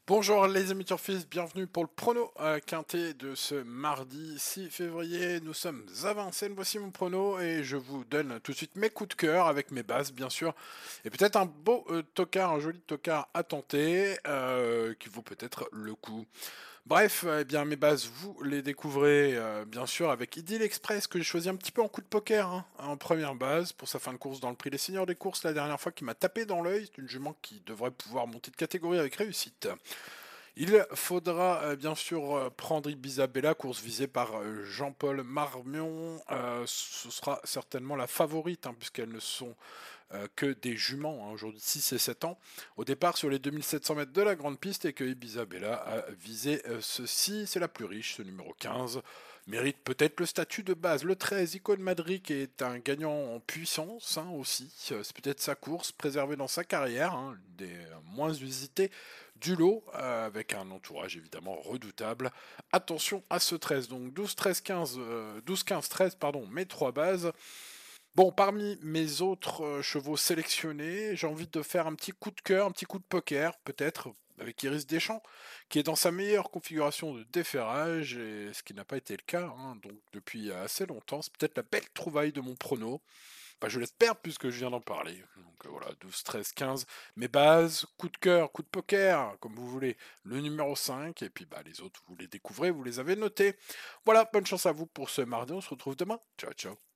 Bonjour les amis turfistes, bienvenue pour le prono quintet de ce mardi 6 février. Nous sommes à Vincennes, voici mon prono et je vous donne tout de suite mes coups de cœur avec mes bases bien sûr. Et peut-être un beau tocard, un joli tocard à tenter qui vaut peut-être le coup. Bref, eh bien mes bases, vous les découvrez bien sûr avec Idyll Express que j'ai choisi un petit peu en coup de poker hein, en première base pour sa fin de course dans le prix des seigneurs des courses la dernière fois qui m'a tapé dans l'œil. C'est une jument qui devrait pouvoir monter de catégorie avec réussite. Il faudra bien sûr prendre Ibisabella, course visée par Jean-Paul Marmion. Ce sera certainement la favorite, hein, puisqu'elles ne sont que des juments, hein, aujourd'hui 6 et 7 ans, au départ sur les 2700 mètres de la grande piste, et que Ibisabella a visé ceci. C'est la plus riche, ce numéro 15. Mérite peut-être le statut de base. Le 13, Icône Madrid, qui est un gagnant en puissance hein, aussi. C'est peut-être sa course, préservée dans sa carrière, hein, des moins usitées du lot, avec un entourage évidemment redoutable. Attention à ce 13, donc 12, 13, 15, 12, 15, 13, pardon, mes trois bases. Bon, parmi mes autres chevaux sélectionnés, j'ai envie de faire un petit coup de cœur, un petit coup de poker, peut-être, avec Iris Deschamps, qui est dans sa meilleure configuration de déferrage, et ce qui n'a pas été le cas, hein, donc depuis assez longtemps. C'est peut-être la belle trouvaille de mon prono. Enfin, je l'espère puisque je viens d'en parler. Donc voilà, 12, 13, 15. Mes bases, coup de cœur, coup de poker, comme vous voulez. Le numéro 5, et puis bah, les autres, vous les découvrez, vous les avez notés. Voilà, bonne chance à vous pour ce mardi, on se retrouve demain. Ciao, ciao.